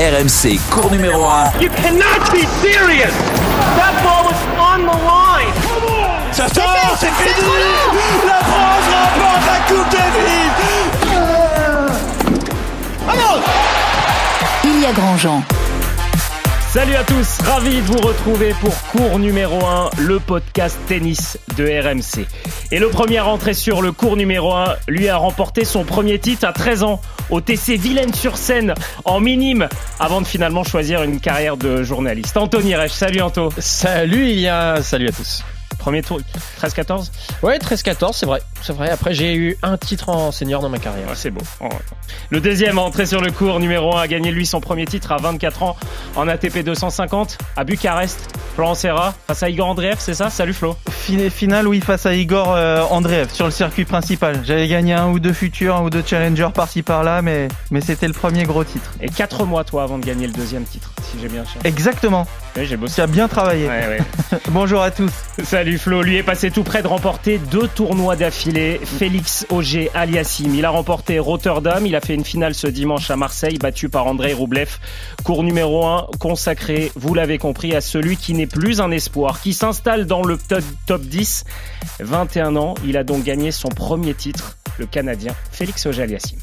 RMC, cours numéro 1. You cannot be serious. That ball was on the line. Ça sort, c'est fini. La France remporte la Coupe Davis. Vamos. Ilia Grandjean. Salut à tous, ravi de vous retrouver pour cours numéro 1, le podcast tennis de RMC. Et le premier entré sur le cours numéro 1, lui a remporté son premier titre à 13 ans au TC Vilaine-sur-Seine en minime, avant de finalement choisir une carrière de journaliste. Anthony Reich, salut Anto. Salut Ilia, salut à tous. Premier tour, 13-14 ? Ouais, 13-14, c'est vrai. Après, j'ai eu un titre en senior dans ma carrière. Ouais, c'est beau. Le deuxième entré sur le cours numéro 1 a gagné lui son premier titre à 24 ans en ATP 250 à Bucarest. Florent Serra face à Igor Andreev, c'est ça ? Salut Flo. Finale, oui, face à Igor Andreev sur le circuit principal. J'avais gagné un ou deux futurs, un ou deux challengers par-ci par-là, mais c'était le premier gros titre. Et 4 mois, toi, avant de gagner le deuxième titre, si j'ai bien cherché. Exactement. Oui, j'ai bossé. Tu as bien travaillé. Ouais. Bonjour à tous. Salut Flo, lui est passé tout près de remporter 2 tournois d'affilée. Félix Auger-Aliassime, il a remporté Rotterdam, il a fait une finale ce dimanche à Marseille, battu par Andrei Rublev. Cours numéro 1 consacré, vous l'avez compris, à celui qui n'est plus un espoir, qui s'installe dans le top 10. 21 ans, il a donc gagné son premier titre, le Canadien Félix Auger-Aliassime.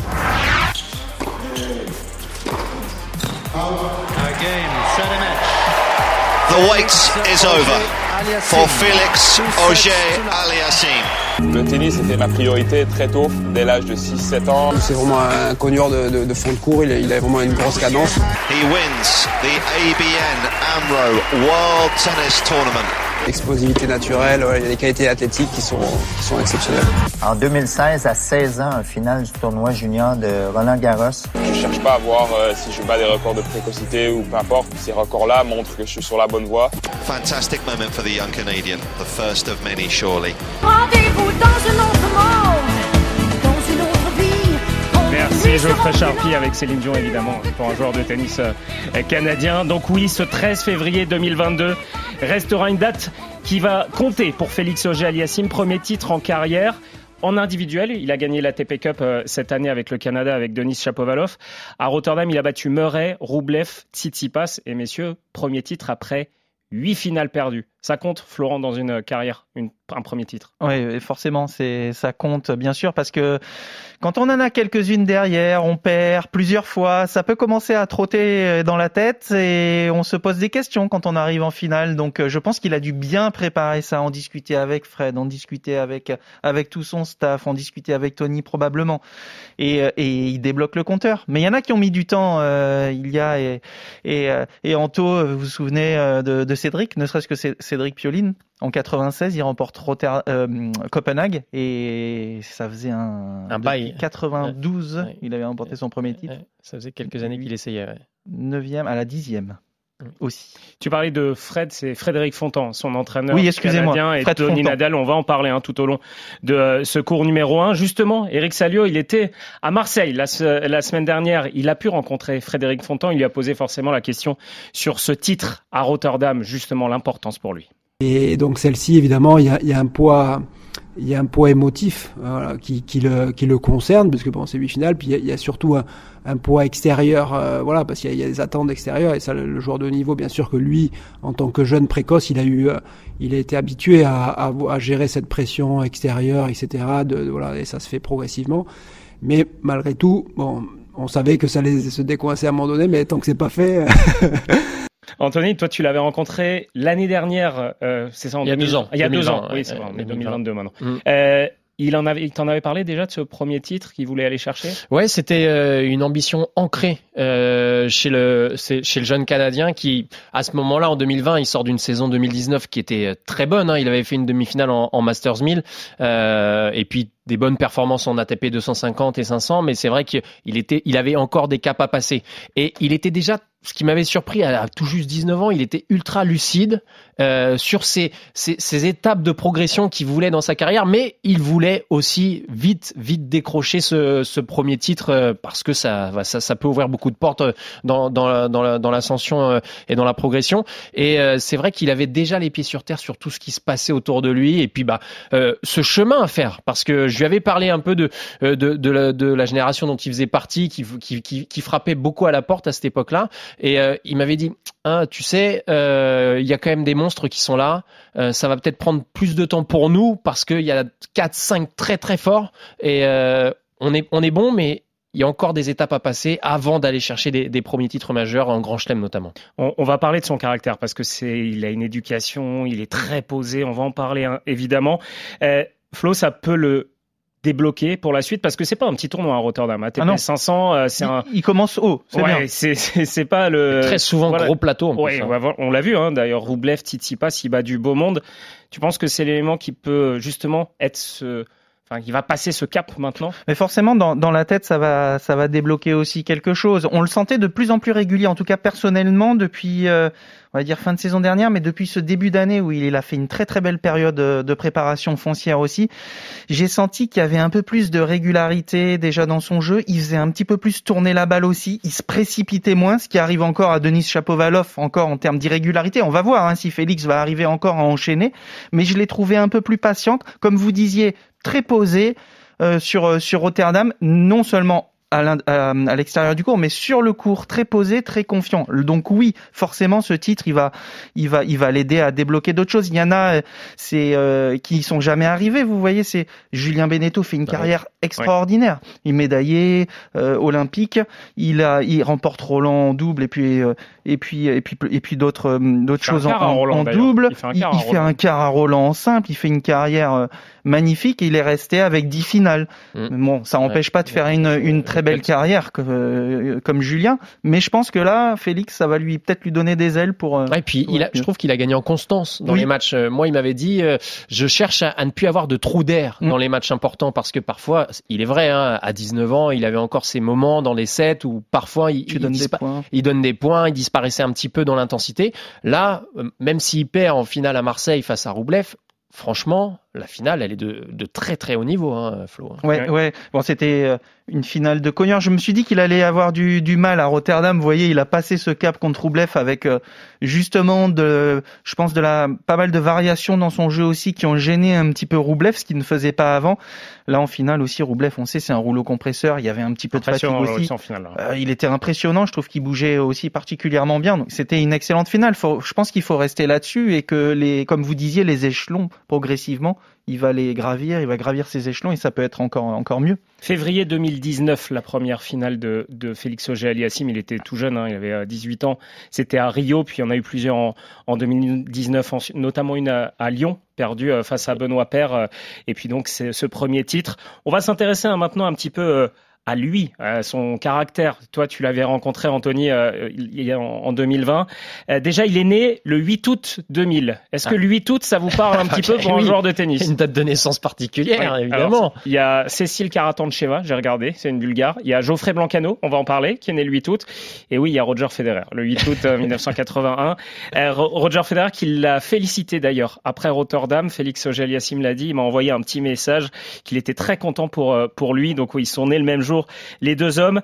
The wait is over for Félix Auger-Aliassime. Le tennis était ma priorité très tôt, dès l'âge de 6-7 ans. C'est vraiment un cogneur de fond de cours, il a vraiment une grosse cadence. He wins the ABN AMRO World Tennis Tournament. Explosivité naturelle, il y a des qualités athlétiques qui sont exceptionnelles. En 2016, à 16 ans, un final du tournoi junior de Roland Garros. Je cherche pas à voir si je bats des records de précocité ou peu importe. Ces records-là montrent que je suis sur la bonne voie. Fantastic moment for the young Canadian, the first of many surely. Rendez-vous dans un autre monde, dans une autre vie. Merci Geoffrey Charpie avec Céline Dion évidemment pour un joueur de tennis canadien. Donc oui, ce 13 février 2022 restera une date qui va compter pour Félix Auger-Aliassime. Premier titre en carrière. En individuel, il a gagné l'ATP Cup cette année avec le Canada, avec Denis Shapovalov. À Rotterdam, il a battu Murray, Rublev, Tsitsipas. Et messieurs, premier titre après 8 finales perdues. Ça compte, Florent, dans une carrière, un premier titre. Oui, forcément, ça compte, bien sûr, parce que quand on en a quelques-unes derrière, on perd plusieurs fois, ça peut commencer à trotter dans la tête et on se pose des questions quand on arrive en finale. Donc, je pense qu'il a dû bien préparer ça, en discuter avec Fred, en discuter avec tout son staff, en discuter avec Tony probablement. Et il débloque le compteur. Mais il y en a qui ont mis du temps, Ilia et Anto, vous vous souvenez de Cédric, ne serait-ce que Cédric Pioline. En 96, il remporte Copenhague et ça faisait un bail. 92, ouais. Il avait remporté son premier titre. Ouais. Ça faisait quelques années qu'il essayait. Ouais. 9e à la 10e. Aussi. Tu parlais de Fred, c'est Frédéric Fontan, son entraîneur canadien, et Fred Tony Fontan. Nadal, on va en parler tout au long de ce cours numéro 1. Justement, Eric Salio, il était à Marseille la semaine dernière, il a pu rencontrer Frédéric Fontan, il lui a posé forcément la question sur ce titre à Rotterdam, justement l'importance pour lui. Et donc celle-ci, évidemment, il y a un poids émotif qui le concerne, parce que bon, c'est 8 finales, puis il y a surtout un poids extérieur, parce qu'il y a des attentes extérieures, et ça, le joueur de haut niveau, bien sûr que lui, en tant que jeune précoce, il a été habitué à gérer cette pression extérieure, etc. Et ça se fait progressivement. Mais malgré tout, bon, on savait que ça allait se décoincer à un moment donné, mais tant que c'est pas fait. Anthony, toi tu l'avais rencontré l'année dernière, c'est ça, il y a 2 ans. Il y a 2 ans, ouais, oui, c'est vrai, on est 2022 maintenant. Il t'en avait parlé déjà de ce premier titre qu'il voulait aller chercher ? Ouais, c'était une ambition ancrée chez le jeune Canadien qui, à ce moment-là, en 2020, il sort d'une saison 2019 qui était très bonne. Il avait fait une demi-finale en Masters 1000 et puis des bonnes performances en ATP 250 et 500, mais c'est vrai qu'il avait encore des caps à passer. Et il était déjà ce qui m'avait surpris à tout juste 19 ans, il était ultra lucide sur ces étapes de progression qu'il voulait dans sa carrière, mais il voulait aussi vite décrocher ce premier titre parce que ça peut ouvrir beaucoup de portes dans l'ascension et dans la progression. Et c'est vrai qu'il avait déjà les pieds sur terre sur tout ce qui se passait autour de lui. Et puis ce chemin à faire, parce que je lui avais parlé un peu de la génération dont il faisait partie, qui frappait beaucoup à la porte à cette époque-là. Et il m'avait dit, tu sais, il y a quand même des monstres qui sont là. Ça va peut-être prendre plus de temps pour nous parce qu'il y a 4-5 très très forts. Et on est bon, mais il y a encore des étapes à passer avant d'aller chercher des premiers titres majeurs en Grand Chelem notamment. On va parler de son caractère parce que il a une éducation, il est très posé. On va en parler évidemment. Flo, ça peut le débloqué pour la suite parce que c'est pas un petit tournoi à Rotterdam. ATP 500, il commence haut. C'est bien. C'est pas le très souvent gros plateau. On l'a vu. D'ailleurs, Roublev, Tsitsipas, il bat du beau monde. Tu penses que c'est l'élément qui peut justement être qui va passer ce cap maintenant? Mais forcément, dans la tête, ça va débloquer aussi quelque chose. On le sentait de plus en plus régulier, en tout cas personnellement, depuis, on va dire fin de saison dernière, mais depuis ce début d'année où il a fait une très très belle période de préparation foncière aussi. J'ai senti qu'il y avait un peu plus de régularité déjà dans son jeu. Il faisait un petit peu plus tourner la balle aussi. Il se précipitait moins, ce qui arrive encore à Denis Shapovalov, encore en termes d'irrégularité. On va voir si Félix va arriver encore à enchaîner, mais je l'ai trouvé un peu plus patient, comme vous disiez, très posé sur Rotterdam, non seulement à l'extérieur du court, mais sur le court, très posé, très confiant. Donc oui, forcément, ce titre, il va l'aider à débloquer d'autres choses. Il y en a, qui sont jamais arrivés. Vous voyez, c'est Julien Benneteau fait une carrière extraordinaire. Il est médaillé olympique. Il remporte Roland en double et puis d'autres choses en double. Il fait un quart à Roland en simple. Il fait une carrière magnifique. Et il est resté avec 10 finales. Bon, ça n'empêche pas de faire une très belle carrière comme Julien, mais je pense que là, Félix, ça va peut-être lui donner des ailes pour. Et puis je trouve qu'il a gagné en constance dans les matchs. Moi, il m'avait dit, je cherche à ne plus avoir de trou d'air dans les matchs importants parce que parfois, il est vrai, à 19 ans, il avait encore ces moments dans les sets où parfois il donne des points, il disparaissait un petit peu dans l'intensité. Là, même s'il perd en finale à Marseille face à Roublev, franchement, la finale, elle est de très très haut niveau, Flo. Ouais. Bon, c'était une finale de cogneur. Je me suis dit qu'il allait avoir du mal à Rotterdam. Vous voyez, il a passé ce cap contre Roublev avec justement je pense pas mal de variations dans son jeu aussi qui ont gêné un petit peu Roublev, ce qu'il ne faisait pas avant. Là, en finale aussi, Roublev, on sait, c'est un rouleau compresseur. Il y avait un petit peu de fatigue aussi. Il était impressionnant. Je trouve qu'il bougeait aussi particulièrement bien. Donc, c'était une excellente finale. Je pense qu'il faut rester là-dessus et que comme vous disiez, les échelons progressivement, il va gravir ses échelons et ça peut être encore mieux. Février 2019, la première finale de Félix Auger-Aliassime. Il était tout jeune, il avait 18 ans. C'était à Rio, puis il y en a eu plusieurs en 2019, notamment une à Lyon, perdue face à Benoît Paire. Et puis donc, c'est ce premier titre. On va s'intéresser maintenant un petit peu à lui, à son caractère. Toi, tu l'avais rencontré, Anthony, en 2020. Déjà, il est né le 8 août 2000. Est-ce que le 8 août, ça vous parle un petit peu pour un joueur de tennis? Une date de naissance particulière, évidemment. Alors, il y a Cécile Karatancheva, j'ai regardé, c'est une Bulgare. Il y a Geoffrey Blancano, on va en parler, qui est né le 8 août. Et oui, il y a Roger Federer, le 8 août 1981. Roger Federer qui l'a félicité d'ailleurs. Après Rotterdam, Félix Auger-Aliassime l'a dit, il m'a envoyé un petit message qu'il était très content pour lui. Donc oui, ils sont nés le même jour. Les deux hommes,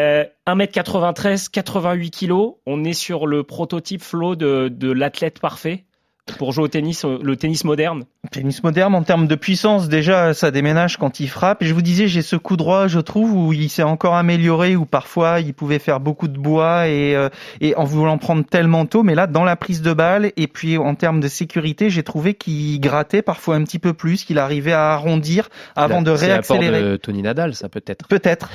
1m93, 88 kilos. On est sur le prototype, Flo, de l'athlète parfait pour jouer au tennis, le tennis moderne. Tennis moderne, en termes de puissance, déjà, ça déménage quand il frappe. Et je vous disais, j'ai ce coup droit, je trouve, où il s'est encore amélioré, où parfois il pouvait faire beaucoup de bois et en voulant prendre tellement tôt. Mais là, dans la prise de balle et puis en termes de sécurité, j'ai trouvé qu'il grattait parfois un petit peu plus, qu'il arrivait à arrondir avant de réaccélérer. C'est l'apport de Tony Nadal, ça peut-être. Peut-être.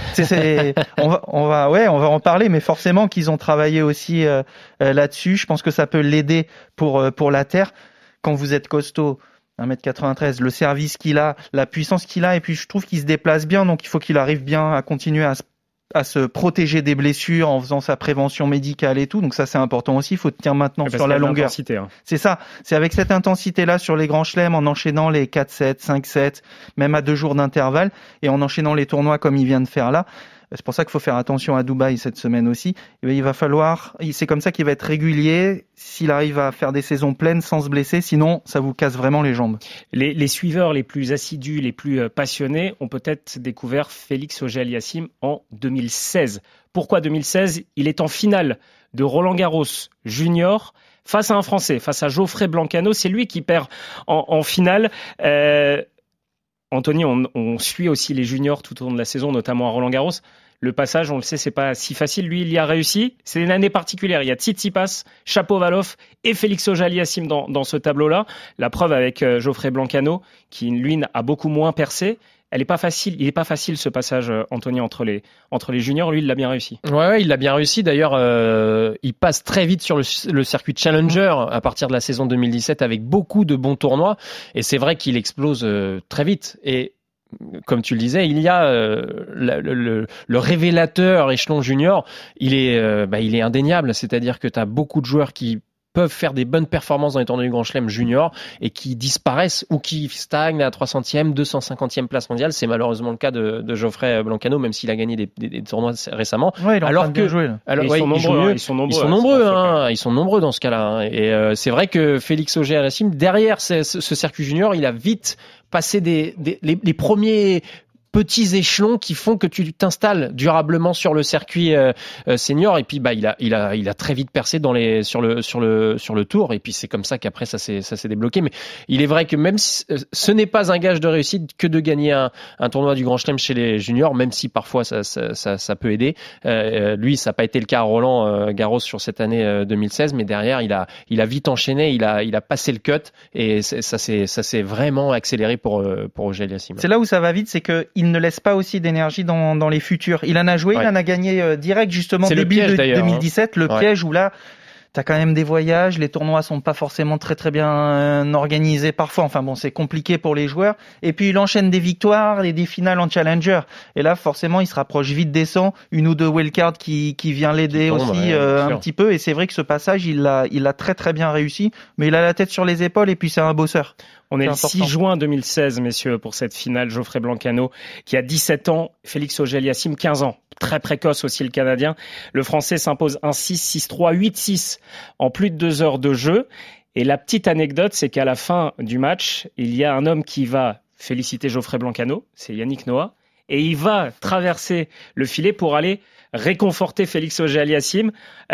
On va en parler, mais forcément qu'ils ont travaillé aussi là-dessus. Je pense que ça peut l'aider pour la terre. Quand vous êtes costaud, 1m93, le service qu'il a, la puissance qu'il a, et puis je trouve qu'il se déplace bien, donc il faut qu'il arrive bien à continuer à se protéger des blessures en faisant sa prévention médicale et tout. Donc ça, c'est important aussi. Il faut tenir maintenant sur la longueur. C'est ça. C'est avec cette intensité-là sur les grands chelems, en enchaînant les 4-7, 5-7, même à 2 jours d'intervalle, et en enchaînant les tournois comme il vient de faire là. c'est pour ça qu'il faut faire attention à Dubaï cette semaine aussi. Il va falloir, c'est comme ça qu'il va être régulier s'il arrive à faire des saisons pleines sans se blesser, sinon ça vous casse vraiment les jambes. Les suiveurs les plus assidus, les plus passionnés ont peut-être découvert Félix Auger-Aliassime en 2016. Pourquoi 2016 ? Il est en finale de Roland-Garros Junior face à un Français, face à Geoffrey Blancano. C'est lui qui perd en finale. Anthony, on suit aussi les juniors tout au long de la saison, notamment à Roland-Garros. Le passage, on le sait, c'est pas si facile. Lui, il y a réussi. C'est une année particulière. Il y a Tsitsipas, Shapovalov et Félix Auger-Aliassime dans ce tableau-là. La preuve avec Geoffrey Blancano, qui lui a beaucoup moins percé. Elle est pas facile. Il est pas facile ce passage, Anthony, entre les juniors. Lui, il l'a bien réussi. Ouais, il l'a bien réussi. D'ailleurs, il passe très vite sur le circuit Challenger à partir de la saison 2017 avec beaucoup de bons tournois. Et c'est vrai qu'il explose très vite. Et comme tu le disais, il y a le révélateur échelon junior. Il est indéniable. C'est-à-dire que tu as beaucoup de joueurs qui peuvent faire des bonnes performances dans les tournois du Grand Chelem junior et qui disparaissent ou qui stagnent à 300e, 250e place mondiale. C'est malheureusement le cas de Geoffrey Blancano, même s'il a gagné des tournois récemment. Ouais, il est en train de bien jouer. Ils sont nombreux dans ce cas-là. Et c'est vrai que Félix Auger-Aliassime, derrière ce circuit junior, il a vite passé les premiers petits échelons qui font que tu t'installes durablement sur le circuit senior. Et puis il a très vite percé sur le tour. Et puis c'est comme ça qu'après ça s'est débloqué. Mais il est vrai que même si ce n'est pas un gage de réussite que de gagner un tournoi du Grand Chelem chez les juniors, même si parfois ça peut aider. Lui, ça n'a pas été le cas à Roland Garros sur cette année 2016, mais derrière il a vite enchaîné, il a passé le cut et ça s'est vraiment accéléré pour Auger-Aliassime. C'est là où ça va vite, c'est que il ne laisse pas aussi d'énergie dans les futurs. Il en a joué, il en a gagné direct justement début de 2017, le piège où là t'as quand même des voyages, les tournois sont pas forcément très très bien organisés parfois. Enfin bon, c'est compliqué pour les joueurs. Et puis il enchaîne des victoires et des finales en challenger. Et là, forcément, il se rapproche vite des 100, une ou deux wildcards qui vient l'aider aussi un petit peu. Et c'est vrai que ce passage, il l'a très très bien réussi. Mais il a la tête sur les épaules et puis c'est un bosseur. On est le 6 juin 2016, messieurs, pour cette finale. Geoffrey Blancano, qui a 17 ans, Félix Auger-Aliassime, 15 ans. Très précoce aussi le Canadien. Le Français s'impose 1-6, 6-3, 8-6 en plus de 2 heures de jeu. Et la petite anecdote, c'est qu'à la fin du match, il y a un homme qui va féliciter Geoffrey Blancano, c'est Yannick Noah, et il va traverser le filet pour aller réconforter Félix Auger-Aliassime.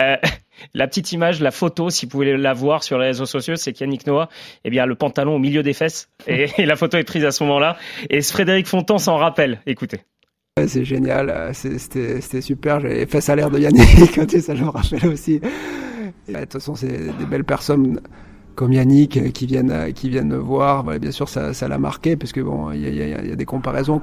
La petite image, la photo, si vous pouvez la voir sur les réseaux sociaux, c'est qu'Yannick Noah, le pantalon au milieu des fesses. Et la photo est prise à ce moment-là. Et Frédéric Fontan s'en rappelle. Écoutez. C'est génial, c'était super. J'avais les fesses à l'air de Yannick, ça je me rappelle aussi. Et, de toute façon, c'est des belles personnes comme Yannick qui viennent me voir. Bien sûr, ça l'a marqué parce que bon, il y a des comparaisons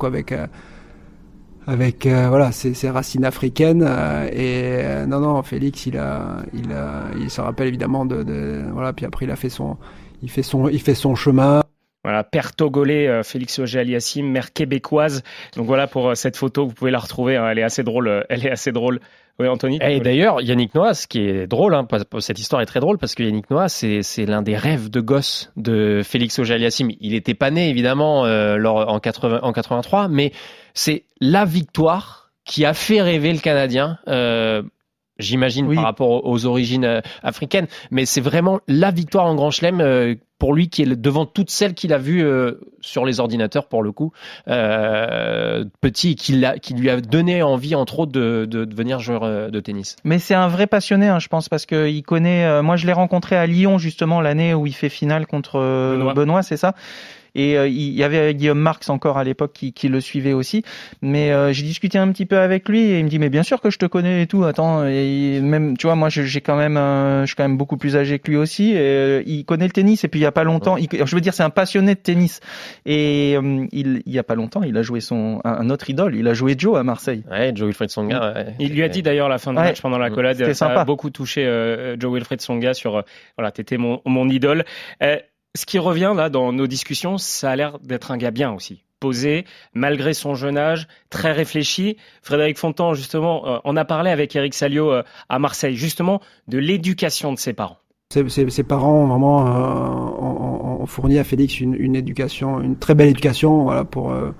avec ses racines africaines non, Félix il se rappelle évidemment puis après il fait son chemin. Voilà, père togolais Félix Auger-Aliassime, mère québécoise. Donc voilà pour cette photo, vous pouvez la retrouver, elle est assez drôle. Oui, Anthony. Et d'ailleurs, Yannick Noah, ce qui est drôle, cette histoire est très drôle parce que Yannick Noah, c'est l'un des rêves de gosse de Félix Auger-Aliassime. Il était pas né évidemment en 83, mais c'est la victoire qui a fait rêver le Canadien. J'imagine par rapport aux origines africaines, mais c'est vraiment la victoire en Grand Chelem pour lui qui est devant toutes celles qu'il a vues sur les ordinateurs pour le coup, petit, qui lui a donné envie entre autres de devenir joueur de tennis. Mais c'est un vrai passionné, je pense, parce que il connaît. Moi, je l'ai rencontré à Lyon justement l'année où il fait finale contre Benoît, c'est ça. Et il y avait Guillaume Marx encore à l'époque qui le suivait aussi. Mais j'ai discuté un petit peu avec lui et il me dit mais bien sûr que je te connais et tout. Attends, et même tu vois moi je suis quand même beaucoup plus âgé que lui aussi. Et, il connaît le tennis et puis il y a pas longtemps, je veux dire c'est un passionné de tennis. Et il y a pas longtemps il a joué un autre idole. Il a joué Joe à Marseille. Ouais, Joe Wilfried Tsonga. Ouais. Il lui a dit d'ailleurs à la fin du match pendant la collade. Ça a beaucoup touché Joe Wilfried Tsonga sur t'étais mon idole. Ce qui revient là dans nos discussions, ça a l'air d'être un gars bien aussi, posé, malgré son jeune âge, très réfléchi. Frédéric Fontan, justement, on a parlé avec Eric Salio à Marseille, justement, de l'éducation de ses parents. Ses parents vraiment ont fourni à Félix une éducation, une très belle éducation, pour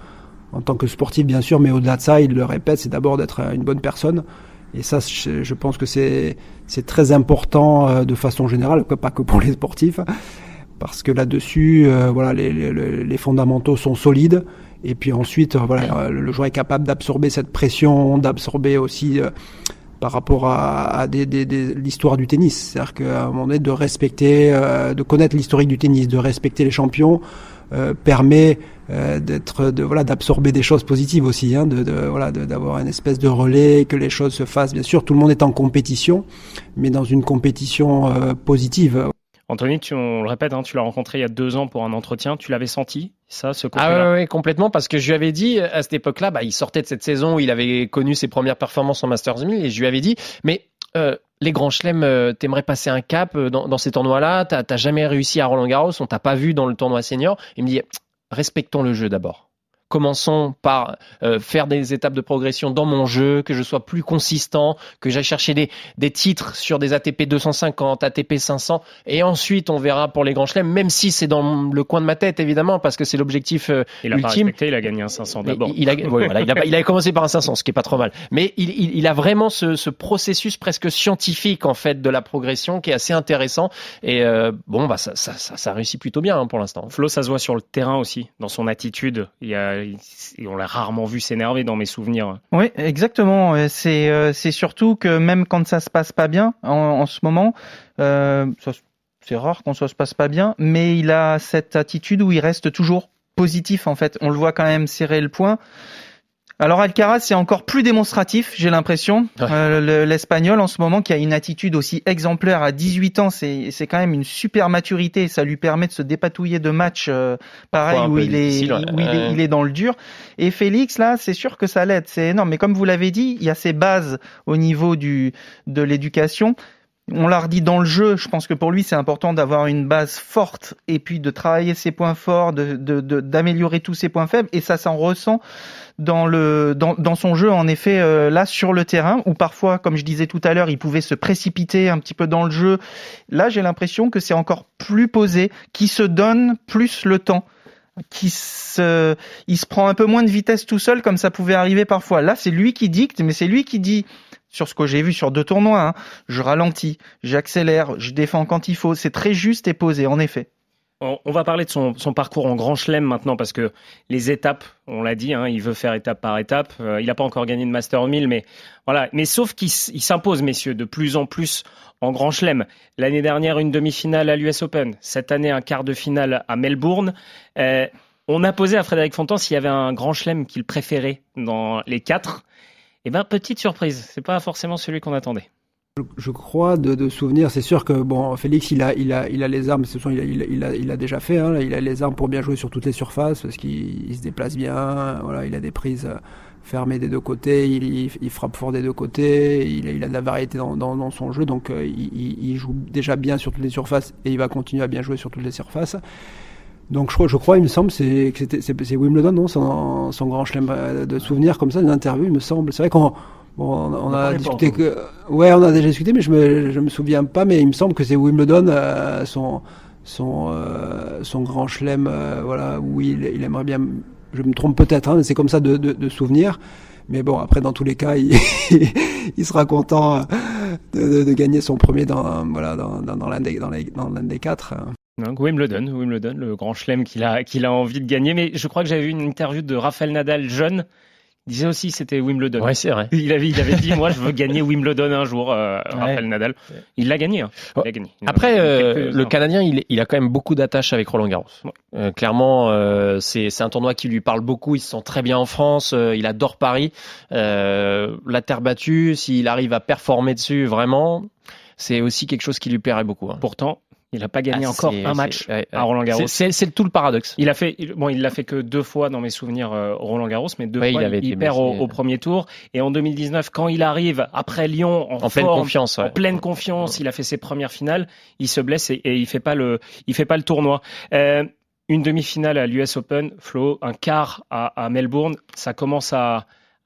en tant que sportif bien sûr, mais au-delà de ça, il le répète, c'est d'abord d'être une bonne personne. Et ça, je pense que c'est très important de façon générale, pas que pour les sportifs, parce que là-dessus, voilà, les fondamentaux sont solides. Et puis ensuite, voilà, le joueur est capable d'absorber cette pression, d'absorber aussi par rapport à l'histoire du tennis. C'est-à-dire qu'à un moment donné, de respecter, de connaître l'historique du tennis, de respecter les champions, permet d'absorber des choses positives aussi, hein, d'avoir une espèce de relais, que les choses se fassent. Bien sûr, tout le monde est en compétition, mais dans une compétition positive. Anthony, on le répète, hein, tu l'as rencontré il y a 2 ans pour un entretien. Tu l'avais senti, ça, ce côté-là? Ah oui, complètement, parce que je lui avais dit, à cette époque-là, il sortait de cette saison où il avait connu ses premières performances en Masters 1000, et je lui avais dit, mais les grands chelems, t'aimerais passer un cap dans ces tournois-là, t'as jamais réussi à Roland-Garros, on t'a pas vu dans le tournoi senior. Il me dit, respectons le jeu d'abord. Commençons par faire des étapes de progression dans mon jeu, que je sois plus consistant, que j'aille chercher des titres sur des ATP 250, ATP 500, et ensuite on verra pour les grands chelems, même si c'est dans le coin de ma tête évidemment, parce que c'est l'objectif il a ultime. Pas respecté, il a gagné un 500 d'abord. Il avait commencé par un 500, ce qui est pas trop mal. Mais il a vraiment ce processus presque scientifique en fait de la progression qui est assez intéressant. Et ça réussit plutôt bien pour l'instant. Flo, ça se voit sur le terrain aussi, dans son attitude. On l'a rarement vu s'énerver dans mes souvenirs. Oui, exactement. C'est surtout que même quand ça se passe pas bien en ce moment, c'est rare quand ça se passe pas bien, mais il a cette attitude où il reste toujours positif en fait. On le voit quand même serrer le poing. Alors Alcaraz, c'est encore plus démonstratif, j'ai l'impression. Ouais. L'Espagnol en ce moment qui a une attitude aussi exemplaire à 18 ans, c'est quand même une super maturité. Ça lui permet de se dépatouiller de matchs pareil où il est dans le dur. Et Félix là, c'est sûr que ça l'aide, c'est énorme. Mais comme vous l'avez dit, il y a ces bases au niveau de l'éducation. On l'a redit dans le jeu, je pense que pour lui c'est important d'avoir une base forte et puis de travailler ses points forts, d'améliorer tous ses points faibles, et ça s'en ressent dans son jeu en effet là sur le terrain où parfois, comme je disais tout à l'heure, il pouvait se précipiter un petit peu dans le jeu. Là j'ai l'impression que c'est encore plus posé, qu'il se donne plus le temps, il se prend un peu moins de vitesse tout seul comme ça pouvait arriver parfois. Là c'est lui qui dicte, mais c'est lui qui dit, sur ce que j'ai vu sur 2 tournois, hein, je ralentis, j'accélère, je défends quand il faut. C'est très juste et posé, en effet. On va parler de son parcours en Grand Chelem maintenant, parce que les étapes, on l'a dit, hein, il veut faire étape par étape. Il n'a pas encore gagné de Master 1000, mais voilà. Mais sauf qu'il s'impose, messieurs, de plus en plus en Grand Chelem. L'année dernière, une demi-finale à l'US Open. Cette année, un quart de finale à Melbourne. On a posé à Frédéric Fontan s'il y avait un Grand Chelem qu'il préférait dans les 4. Eh ben, petite surprise, c'est pas forcément celui qu'on attendait. Je crois de souvenir, c'est sûr que bon, Félix il a les armes, il a déjà fait, hein, il a les armes pour bien jouer sur toutes les surfaces parce qu'il se déplace bien, voilà, il a des prises fermées des 2 côtés, il frappe fort des 2 côtés, il a de la variété dans son jeu, donc il joue déjà bien sur toutes les surfaces et il va continuer à bien jouer sur toutes les surfaces. Donc je crois, il me semble, c'est Wimbledon, non, son Grand Chelem de souvenirs comme ça, d'interview, il me semble. C'est vrai qu'on on a discuté on a déjà discuté, mais je me souviens pas, mais il me semble que c'est Wimbledon, son Grand Chelem, voilà, où il aimerait bien. Je me trompe peut-être, hein, mais c'est comme ça de souvenirs. Mais bon, après, dans tous les cas, il sera content de gagner son premier dans l'un des 4. Donc Wimbledon, le Grand Chelem qu'il a envie de gagner. Mais je crois que j'avais vu une interview de Rafael Nadal jeune. Il disait aussi c'était Wimbledon. Ouais, c'est vrai. Il avait dit, moi, je veux gagner Wimbledon un jour, Rafael Nadal. Il l'a gagné. Hein. Il a gagné. Après, le Canadien, il a quand même beaucoup d'attaches avec Roland Garros. Ouais. Clairement, c'est un tournoi qui lui parle beaucoup. Il se sent très bien en France. Il adore Paris. La terre battue, s'il arrive à performer dessus, vraiment, c'est aussi quelque chose qui lui plairait beaucoup. Hein. Pourtant, il n'a pas gagné encore un match à Roland Garros. C'est tout le paradoxe. Il l'a fait que 2 fois dans mes souvenirs Roland Garros, mais 2 fois il perd au premier tour. Et en 2019, quand il arrive après Lyon en pleine confiance, en pleine confiance, il a fait ses premières finales, il se blesse et il fait pas le tournoi. Une demi-finale à l'US Open, Flo, un quart à Melbourne, ça commence à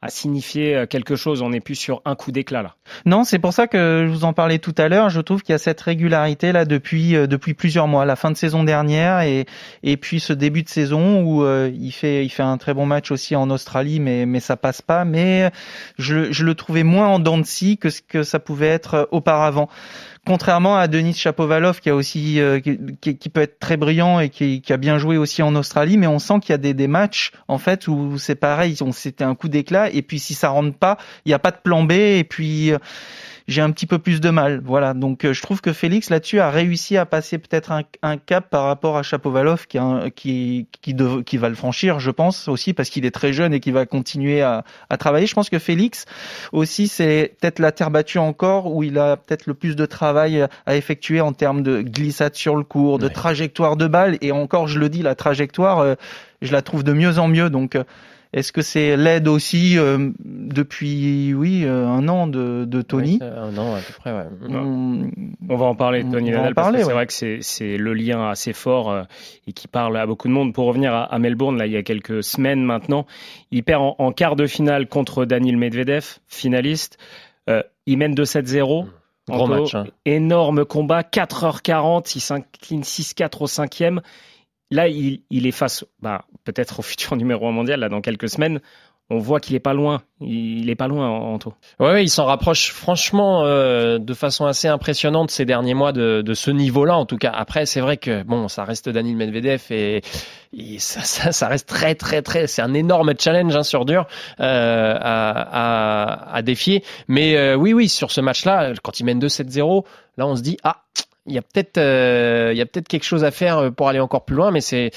signifier quelque chose. On n'est plus sur un coup d'éclat là. Non, c'est pour ça que je vous en parlais tout à l'heure. Je trouve qu'il y a cette régularité là depuis plusieurs mois, la fin de saison dernière et puis ce début de saison où il fait un très bon match aussi en Australie, mais ça passe pas. Mais je le trouvais moins en dents de scie que ce que ça pouvait être auparavant. Contrairement à Denis Shapovalov qui a aussi qui peut être très brillant et qui a bien joué aussi en Australie, mais on sent qu'il y a des matchs en fait où c'est pareil, c'était un coup d'éclat et puis si ça rentre pas, il y a pas de plan B et puis j'ai un petit peu plus de mal. Voilà, donc je trouve que Félix là-dessus a réussi à passer peut-être un cap par rapport à Shapovalov qui va le franchir, je pense aussi parce qu'il est très jeune et qui va continuer à travailler. Je pense que Félix aussi c'est peut-être la terre battue encore où il a peut-être le plus de travail à effectuer en termes de glissade sur le court, de trajectoire de balle et encore je le dis la trajectoire je la trouve de mieux en mieux donc est-ce que c'est l'aide aussi depuis un an de Tony? Un an à peu près, ouais. On va en parler de Tony Nadal parce que c'est vrai que c'est le lien assez fort et qui parle à beaucoup de monde. Pour revenir à Melbourne, là il y a quelques semaines maintenant, il perd en quart de finale contre Daniil Medvedev, finaliste. Il mène 2-7-0. Gros match. Hein. Énorme combat, 4h40, il s'incline 6-4 au 5e. Là, il est face, peut-être au futur numéro 1 mondial, là, dans quelques semaines. On voit qu'il est pas loin. Il est pas loin, Anto. Ouais, il s'en rapproche franchement de façon assez impressionnante ces derniers mois de ce niveau-là, en tout cas. Après, c'est vrai que ça reste Daniil Medvedev et ça reste très, très, très. C'est un énorme challenge sur dur à défier. Mais oui, sur ce match-là, quand il mène 2-7-0, là, on se dit il y a peut-être quelque chose à faire pour aller encore plus loin, mais c'est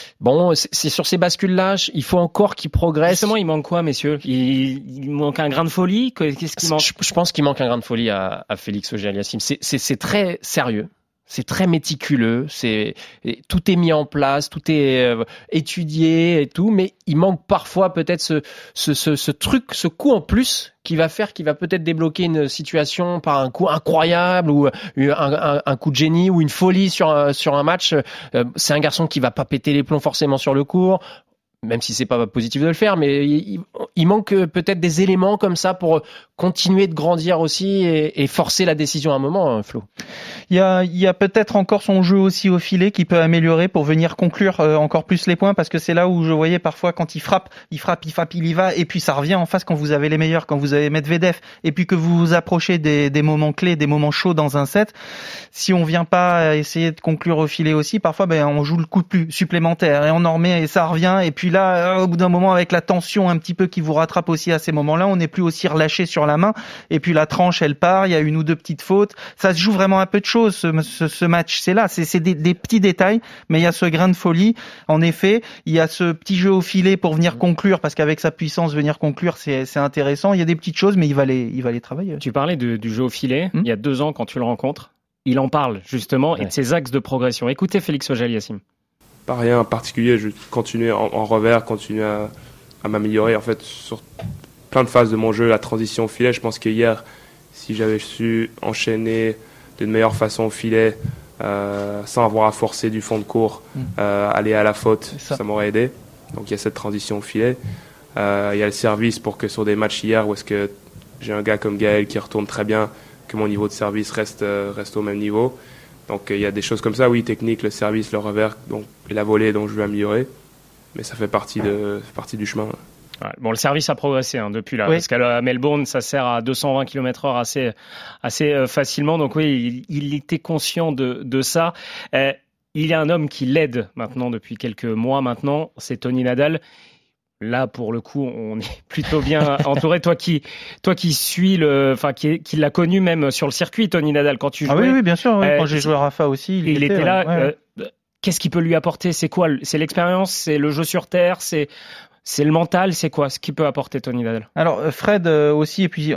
sur ces bascules-là, il faut encore qu'il progresse. Justement, il manque quoi, messieurs? Il manque un grain de folie? Qu'est-ce qui manque? Je pense qu'il manque un grain de folie à Félix Auger-Aliassime. C'est très sérieux. C'est très méticuleux, tout est mis en place, tout est étudié et tout, mais il manque parfois peut-être ce truc, ce coup en plus qui va peut-être débloquer une situation par un coup incroyable ou un coup de génie ou une folie sur un match. C'est un garçon qui va pas péter les plombs forcément sur le court. Même si c'est pas positif de le faire, mais il manque peut-être des éléments comme ça pour continuer de grandir aussi et forcer la décision à un moment, Flo. Il y a peut-être encore son jeu aussi au filet qui peut améliorer pour venir conclure encore plus les points parce que c'est là où je voyais parfois quand il frappe, il y va et puis ça revient en face quand vous avez les meilleurs, quand vous avez Medvedev et puis que vous vous approchez des moments clés, des moments chauds dans un set. Si on vient pas essayer de conclure au filet aussi, parfois on joue le coup de plus supplémentaire et on en remet et ça revient et puis là, au bout d'un moment, avec la tension un petit peu qui vous rattrape aussi à ces moments-là, on n'est plus aussi relâché sur la main. Et puis la tranche, elle part. Il y a une ou deux petites fautes. Ça se joue vraiment à peu de choses. Ce match, c'est là. C'est des petits détails, mais il y a ce grain de folie. En effet, il y a ce petit jeu au filet pour venir conclure, parce qu'avec sa puissance, venir conclure, c'est intéressant. Il y a des petites choses, mais il va les travailler. Tu parlais du jeu au filet. Il y a 2 ans, quand tu le rencontres, il en parle justement et de ses axes de progression. Écoutez Félix Auger-Aliassime. Pas rien en particulier, je continue en revers, continue à m'améliorer en fait sur plein de phases de mon jeu, la transition au filet. Je pense que hier, si j'avais su enchaîner d'une meilleure façon au filet, sans avoir à forcer du fond de court, aller à la faute, ça m'aurait aidé. Donc il y a cette transition au filet. Il y a le service pour que sur des matchs hier où est-ce que j'ai un gars comme Gaël qui retourne très bien, que mon niveau de service reste au même niveau. Donc il y a des choses comme ça, oui, technique, le service, le revers et la volée dont je veux améliorer, mais ça fait partie du chemin. Ouais, le service a progressé depuis là, parce qu'à Melbourne, ça sert à 220 km/h assez facilement. Donc oui, il était conscient de ça. Il y a un homme qui l'aide maintenant depuis quelques mois maintenant, c'est Tony Nadal. Là, pour le coup, on est plutôt bien entouré. Toi qui suis qui l'a connu même sur le circuit, Tony Nadal, quand tu jouais. Ah oui, bien sûr. Quand j'ai joué à Rafa aussi, il était là. Ouais. Qu'est-ce qu'il peut lui apporter? C'est quoi? C'est l'expérience? C'est le jeu sur terre? C'est le mental, c'est quoi ce qui peut apporter Tony Nadal? Alors Fred aussi, et puis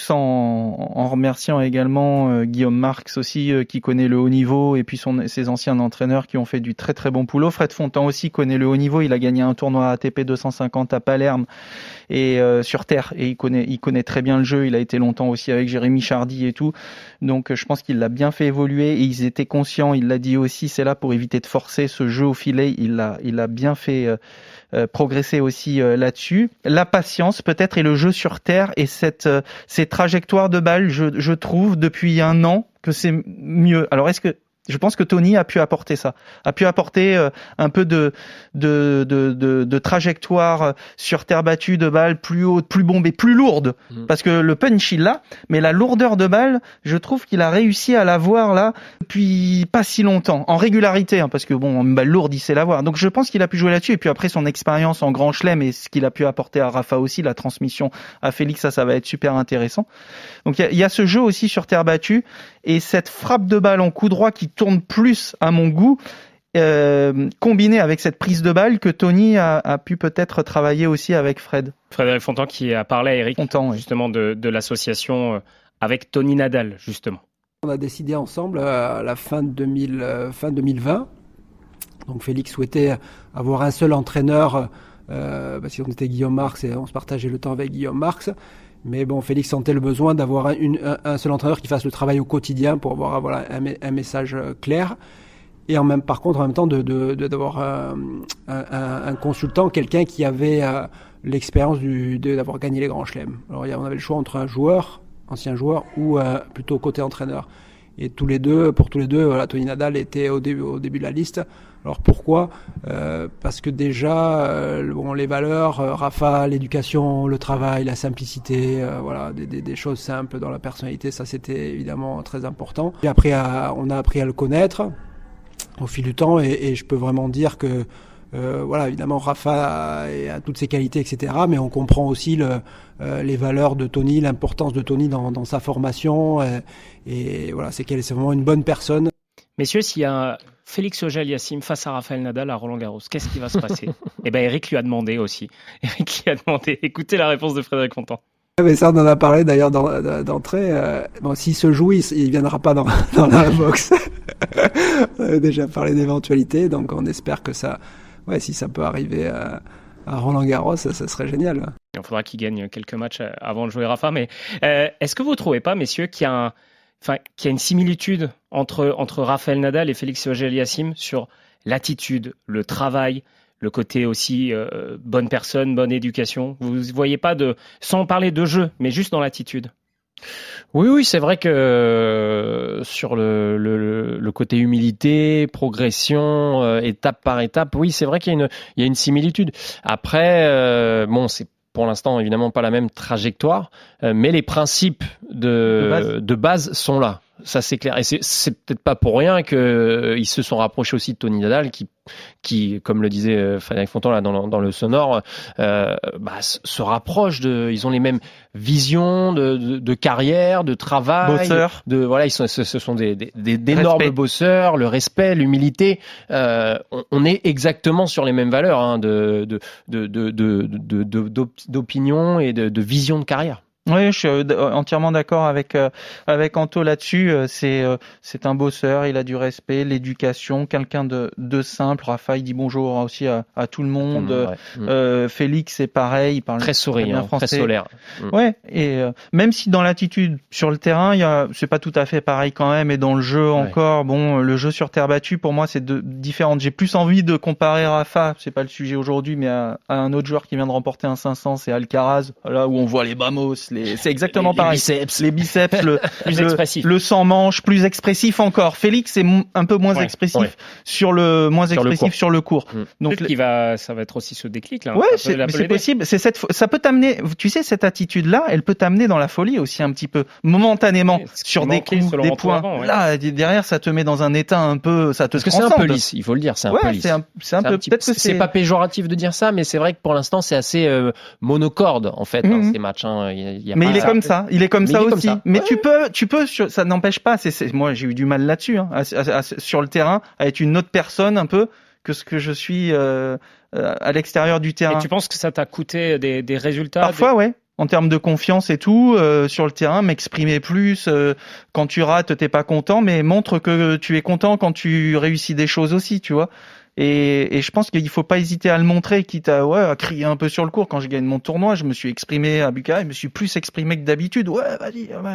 en remerciant également Guillaume Marx aussi qui connaît le haut niveau, et puis ses anciens entraîneurs qui ont fait du très très bon boulot. Fred Fontan aussi connaît le haut niveau, il a gagné un tournoi ATP 250 à Palerme et sur terre, et il connaît très bien le jeu. Il a été longtemps aussi avec Jérémy Chardy et tout, donc je pense qu'il l'a bien fait évoluer et ils étaient conscients. Il l'a dit aussi, c'est là pour éviter de forcer ce jeu au filet. Il l'a bien fait progresser aussi là-dessus. La patience peut-être et le jeu sur terre et ces trajectoires de balles, je trouve depuis un an que c'est mieux. Alors je pense que Tony a pu apporter ça, a pu apporter un peu de trajectoire sur terre battue, de balles plus hautes, plus bombées, plus lourdes. Parce que le punch il l'a, mais la lourdeur de balle, je trouve qu'il a réussi à l'avoir là depuis pas si longtemps, en régularité, hein, parce que bon, une balle lourde il sait l'avoir. Donc je pense qu'il a pu jouer là-dessus. Et puis après son expérience en Grand Chelem et ce qu'il a pu apporter à Rafa aussi, la transmission à Félix, ça va être super intéressant. Donc il y a ce jeu aussi sur terre battue et cette frappe de balle en coup droit qui tourne plus à mon goût, combiné avec cette prise de balle que Tony a pu peut-être travailler aussi avec Frédéric Fontan qui a parlé à Eric justement de l'association avec Tony Nadal justement. On a décidé ensemble à la fin 2020, donc Félix souhaitait avoir un seul entraîneur parce qu'on était Guillaume Marx et on se partageait le temps avec Guillaume Marx. Mais bon, Félix sentait le besoin d'avoir un seul entraîneur qui fasse le travail au quotidien pour avoir un message clair. Et par contre, en même temps, d'avoir un consultant, quelqu'un qui avait l'expérience d'avoir gagné les grands chelems. Alors, on avait le choix entre un ancien joueur, ou plutôt côté entraîneur. Et pour tous les deux, voilà, Tony Nadal était au début de la liste. Alors pourquoi ? Parce que déjà, les valeurs, Rafa, l'éducation, le travail, la simplicité, voilà, des choses simples dans la personnalité, ça c'était évidemment très important. Et après, on a appris à le connaître au fil du temps, et je peux vraiment dire que voilà, évidemment, Rafa a toutes ses qualités, etc. Mais on comprend aussi les valeurs de Tony, l'importance de Tony dans sa formation, et voilà, c'est vraiment une bonne personne. Messieurs, s'il y a Félix Auger-Aliassime face à Rafael Nadal à Roland-Garros, qu'est-ce qui va se passer ? Eh ben, Eric lui a demandé aussi. Eric lui a demandé. Écoutez la réponse de Frédéric Fontan. Mais ça, on en a parlé d'ailleurs d'entrée. Bon, s'il se joue, il viendra pas dans la boxe. On avait déjà parlé d'éventualité, donc on espère que ça, si ça peut arriver à Roland-Garros, ça serait génial. Il faudra qu'il gagne quelques matchs avant de jouer Rafa. Mais est-ce que vous trouvez pas, messieurs, qu'il y a une similitude entre Rafael Nadal et Félix Auger-Aliassime sur l'attitude, le travail, le côté aussi bonne personne, bonne éducation. Vous ne voyez pas sans parler de jeu, mais juste dans l'attitude. Oui, c'est vrai que sur le côté humilité, progression, étape par étape, oui, c'est vrai qu'il y a une similitude. Après, c'est pour l'instant évidemment pas la même trajectoire, mais les principes de base sont là. Ça c'est clair, et c'est peut-être pas pour rien que ils se sont rapprochés aussi de Tony Nadal qui comme le disait Frédéric Fontan là dans le sonore, se rapproche ils ont les mêmes visions de carrière, de travail, bosseurs. Ce sont d'énormes bosseurs, le respect, l'humilité. On est exactement sur les mêmes valeurs, hein, d'opinion et de vision de carrière. Oui, je suis entièrement d'accord avec Anto là-dessus. C'est un bosseur, il a du respect, l'éducation, quelqu'un de simple. Rafa, il dit bonjour aussi à tout le monde. Félix, c'est pareil, il parle très souriant, français. Très solaire. Ouais, et même si dans l'attitude sur le terrain, c'est pas tout à fait pareil quand même, et dans le jeu encore, le jeu sur terre battue pour moi c'est différent. J'ai plus envie de comparer Rafa, c'est pas le sujet aujourd'hui, mais à un autre joueur qui vient de remporter un 500, c'est Alcaraz, là où on voit les Bamos. C'est exactement pareil. Les biceps, plus expressif. Le sans manche, plus expressif encore. Félix est un peu moins expressif sur le court. Donc ça va être aussi ce déclic là. Ouais, c'est possible. Ça peut t'amener. Tu sais, cette attitude-là, elle peut t'amener dans la folie aussi un petit peu momentanément sur des coups, des points. Là, derrière, ça te met dans un état un peu. Ça te. Parce que c'est un peu lisse. Il faut le dire, c'est un peu lisse. C'est un peu. Peut-être que c'est pas péjoratif de dire ça, mais c'est vrai que pour l'instant, c'est assez monocorde en fait dans ces matchs. Mais il est comme ça, aussi. Mais tu peux, ça n'empêche pas. Moi, j'ai eu du mal là-dessus, sur le terrain, à être une autre personne un peu que ce que je suis à l'extérieur du terrain. Et tu penses que ça t'a coûté des résultats ? Parfois, ouais. En termes de confiance et tout, sur le terrain, m'exprimer plus. Quand tu rates, t'es pas content, mais montre que tu es content quand tu réussis des choses aussi, tu vois. Et je pense qu'il faut pas hésiter à le montrer, quitte à crier un peu sur le court. Quand j'ai gagné mon tournoi, je me suis exprimé à Bucarest, je me suis plus exprimé que d'habitude. Ouais, vas-y.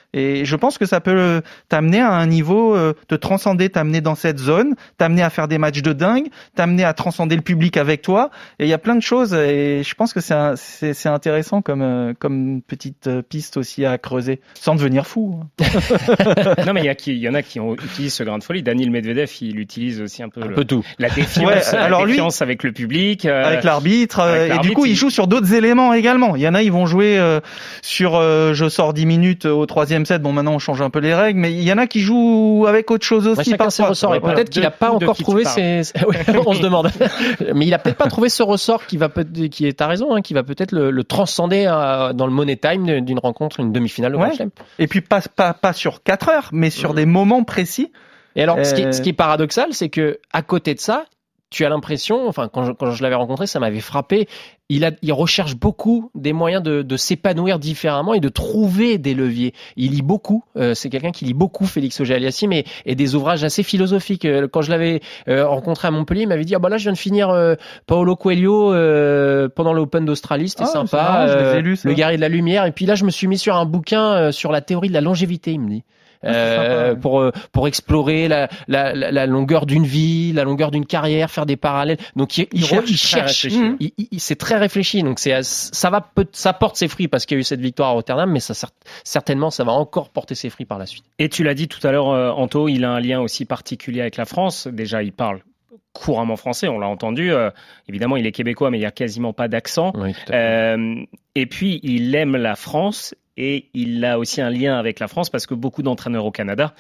Et je pense que ça peut t'amener à un niveau, te transcender, t'amener dans cette zone, t'amener à faire des matchs de dingue, t'amener à transcender le public avec toi. Et il y a plein de choses. Et je pense que c'est intéressant comme petite piste aussi à creuser, sans devenir fou. Non, mais il y en a qui utilisent ce grain de folie. Daniil Medvedev, il utilise aussi un peu tout. La défiance, défiance avec le public, avec l'arbitre. Et du coup, il joue sur d'autres éléments également. Il y en a, ils vont jouer sur je sors 10 minutes au 3e set. Bon, maintenant on change un peu les règles, mais il y en a qui jouent avec autre chose aussi. Chacun ses ressorts. Et peut-être qu'il n'a pas encore trouvé on se demande. Mais il a peut-être pas trouvé ce ressort qui est, t'as raison, qui va peut-être le transcender dans le money time d'une rencontre, une demi-finale de Grand Chelem. Et puis pas sur 4 heures, mais sur des moments précis. Et alors, ce qui est paradoxal, c'est que à côté de ça, tu as l'impression, enfin quand je l'avais rencontré, ça m'avait frappé. Il recherche beaucoup des moyens de s'épanouir différemment et de trouver des leviers. Il lit beaucoup. C'est quelqu'un qui lit beaucoup, Félix Auger-Aliassime, et des ouvrages assez philosophiques. Quand je l'avais rencontré à Montpellier, il m'avait dit là je viens de finir Paulo Coelho pendant l'Open d'Australie, c'était sympa. Marrant, je les ai lus, le guerrier de la lumière. Et puis là je me suis mis sur un bouquin sur la théorie de la longévité, il me dit. Pour explorer la longueur d'une vie, la longueur d'une carrière, faire des parallèles. Donc il cherche. C'est très réfléchi. Donc ça porte ses fruits parce qu'il y a eu cette victoire à Rotterdam, mais certainement ça va encore porter ses fruits par la suite. Et tu l'as dit tout à l'heure, Anto, il a un lien aussi particulier avec la France. Déjà, il parle couramment français, on l'a entendu. Évidemment, il est québécois, mais il n'y a quasiment pas d'accent. Oui, et puis, il aime la France. Et il a aussi un lien avec la France parce que beaucoup d'entraîneurs au Canada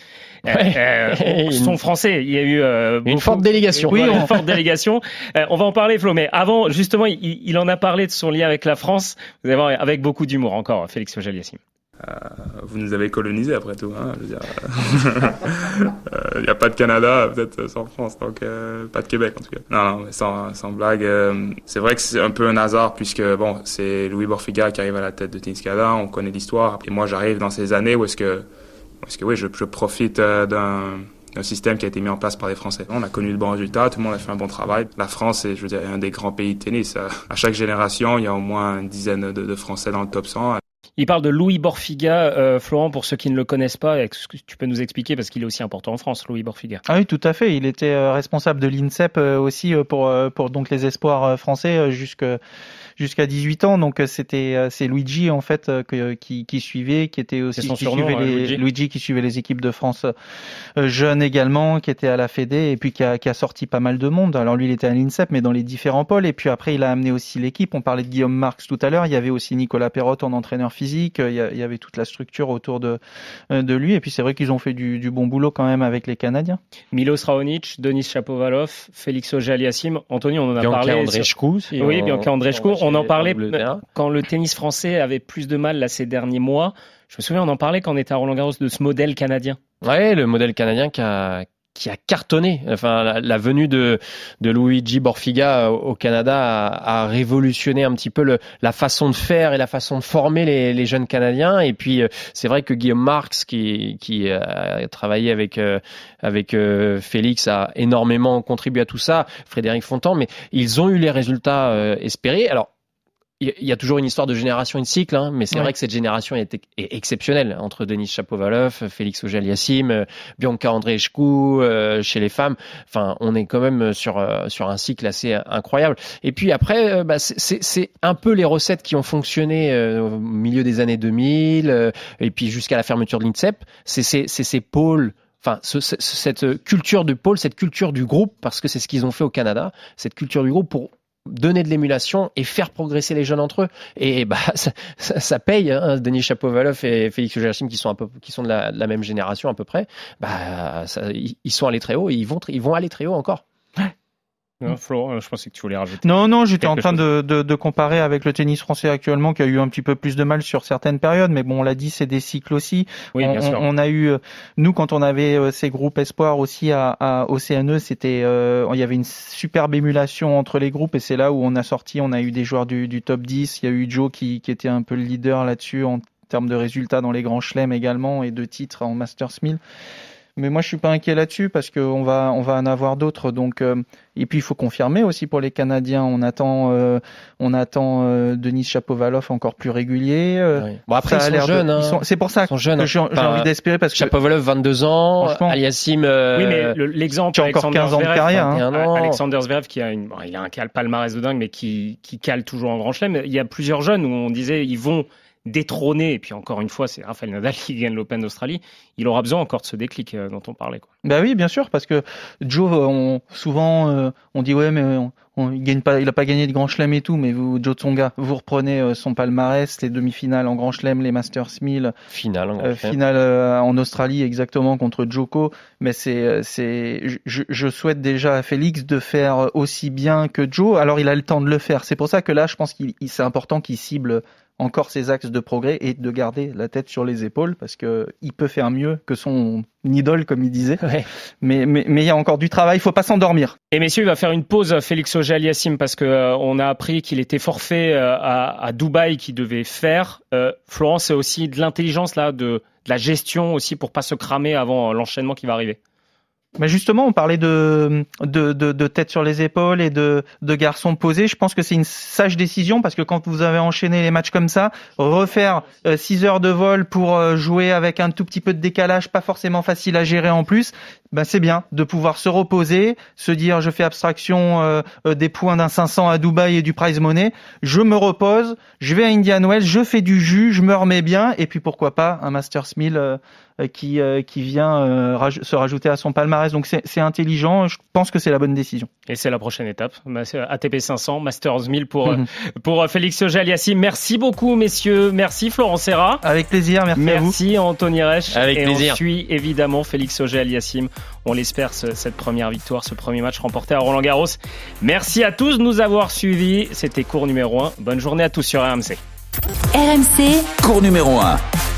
sont français. Il y a eu une forte délégation. Oui, une forte délégation. On va en parler, Flo. Mais avant, justement, il en a parlé de son lien avec la France. Vous allez voir, avec beaucoup d'humour encore, Félix Auger-Aliassime. Vous nous avez colonisés après tout, hein. Je veux dire, il n'y a pas de Canada, peut-être sans France, donc pas de Québec en tout cas. Non, mais sans blague, c'est vrai que c'est un peu un hasard puisque bon, c'est Louis Borfiga qui arrive à la tête de Tennis Canada, on connaît l'histoire. Et moi, j'arrive dans ces années où est-ce que oui, je profite d'un système qui a été mis en place par les Français. On a connu de bons résultats, tout le monde a fait un bon travail. La France est, je veux dire, un des grands pays de tennis. À chaque génération, il y a au moins une dizaine de Français dans le top 100. Il parle de Louis Borfiga, Florent, pour ceux qui ne le connaissent pas, est-ce que tu peux nous expliquer parce qu'il est aussi important en France, Louis Borfiga. Ah oui, tout à fait. Il était responsable de l'INSEP aussi pour donc les espoirs français jusqu'à 18 ans. Donc c'est Luigi en fait qui suivait, qui était aussi Luigi qui suivait les équipes de France jeunes également, qui était à la Fédé et puis qui a sorti pas mal de monde. Alors lui, il était à l'INSEP, mais dans les différents pôles. Et puis après, il a amené aussi l'équipe. On parlait de Guillaume Marx tout à l'heure. Il y avait aussi Nicolas Perrotte en entraîneur physique. Il y avait toute la structure autour de lui. Et puis c'est vrai qu'ils ont fait du bon boulot quand même avec les Canadiens. Milos Raonic, Denis Shapovalov, Félix Auger-Aliassime. Anthony, on en a parlé. Bianca Andreescu. On en parlait quand le tennis français avait plus de mal là ces derniers mois. Je me souviens, on en parlait quand on était à Roland-Garros de ce modèle canadien. Ouais, le modèle canadien qui a cartonné. Enfin, la venue de Luigi Borfiga au Canada a révolutionné un petit peu la façon de faire et la façon de former les jeunes Canadiens. Et puis, c'est vrai que Guillaume Marx, qui a travaillé avec Félix, a énormément contribué à tout ça. Frédéric Fontan, mais ils ont eu les résultats espérés. Alors, il y a toujours une histoire de génération et de cycle, hein, mais c'est vrai que cette génération est exceptionnelle entre Denis Shapovalov, Félix Auger-Aliassime, Bianca Andreescu chez les femmes. Enfin, on est quand même sur un cycle assez incroyable. Et puis après, c'est un peu les recettes qui ont fonctionné au milieu des années 2000 et puis jusqu'à la fermeture de l'INSEP. C'est ces pôles. Enfin, cette culture de pôle, cette culture du groupe, parce que c'est ce qu'ils ont fait au Canada, cette culture du groupe pour donner de l'émulation et faire progresser les jeunes entre eux. Et ça paye, hein. Denis Shapovalov et Félix Auger-Aliassime qui sont de la même génération à peu près. Ils sont allés très haut et ils vont aller très haut encore. Flo, je pensais que tu voulais rajouter. Non, j'étais en train de comparer avec le tennis français actuellement qui a eu un petit peu plus de mal sur certaines périodes, mais bon, on l'a dit, c'est des cycles aussi. Oui, bien sûr. On a eu, nous, quand on avait ces groupes espoirs aussi au CNE, c'était, il y avait une superbe émulation entre les groupes et c'est là où on a eu des joueurs du top 10. Il y a eu Joe qui était un peu le leader là-dessus en termes de résultats dans les grands chelems également et de titres en Masters 1000. Mais moi, je suis pas inquiet là-dessus parce qu'on va en avoir d'autres. Donc, et puis il faut confirmer aussi pour les Canadiens. On attend Denis Shapovalov encore plus régulier. Oui. Bon, après, ils sont jeunes. C'est pour ça que j'ai envie d'espérer parce que Shapovalov 22 ans, Aliassime. Oui, mais l'exemple encore 15 ans de carrière. Alexander Zverev qui a il a un palmarès de dingue, mais qui cale toujours en Grand Chelem. Il y a plusieurs jeunes où on disait ils vont détrôner, et puis encore une fois, c'est Rafael Nadal qui gagne l'Open d'Australie. Il aura besoin encore de ce déclic dont on parlait, quoi. Bah oui, bien sûr, parce que Joe, souvent on dit ouais, mais il gagne pas, il a pas gagné de Grand Chelem et tout, mais Joe Tsonga, vous reprenez son palmarès, les demi-finales en Grand Chelem, les Masters 1000, finale en Australie exactement contre Djoko, mais je souhaite déjà à Félix de faire aussi bien que Joe. Alors il a le temps de le faire. C'est pour ça que là, je pense qu'il c'est important qu'il cible encore ses axes de progrès et de garder la tête sur les épaules parce que il peut faire mieux que son idole, comme il disait. Ouais. Mais il y a encore du travail, il faut pas s'endormir. Et messieurs, il va faire une pause, Félix Auger-Aliassime, parce que on a appris qu'il était forfait à Dubaï, qu'il devait faire. Florence, c'est aussi de l'intelligence là, de la gestion aussi pour pas se cramer avant l'enchaînement qui va arriver. Mais justement, on parlait de tête sur les épaules et de garçons posés. Je pense que c'est une sage décision parce que quand vous avez enchaîné les matchs comme ça, refaire 6 heures de vol pour jouer avec un tout petit peu de décalage, pas forcément facile à gérer en plus, ben c'est bien de pouvoir se reposer, se dire je fais abstraction des points d'un 500 à Dubaï et du prize money, je me repose, je vais à Indian Wells, je fais du jus, je me remets bien et puis pourquoi pas un Masters 1000 qui vient se rajouter à son palmarès. Donc c'est intelligent, je pense que c'est la bonne décision. Et c'est la prochaine étape, ATP 500, Masters 1000 pour Félix Auger-Aliassime. Merci beaucoup messieurs, merci Florent Serra. Avec plaisir, merci à vous. Merci Anthony Reich. Avec plaisir. On suit évidemment Félix Auger-Aliassime. On l'espère cette première victoire, ce premier match remporté à Roland-Garros. Merci à tous de nous avoir suivis. C'était cours numéro 1. Bonne journée à tous sur RMC. RMC, cours numéro 1.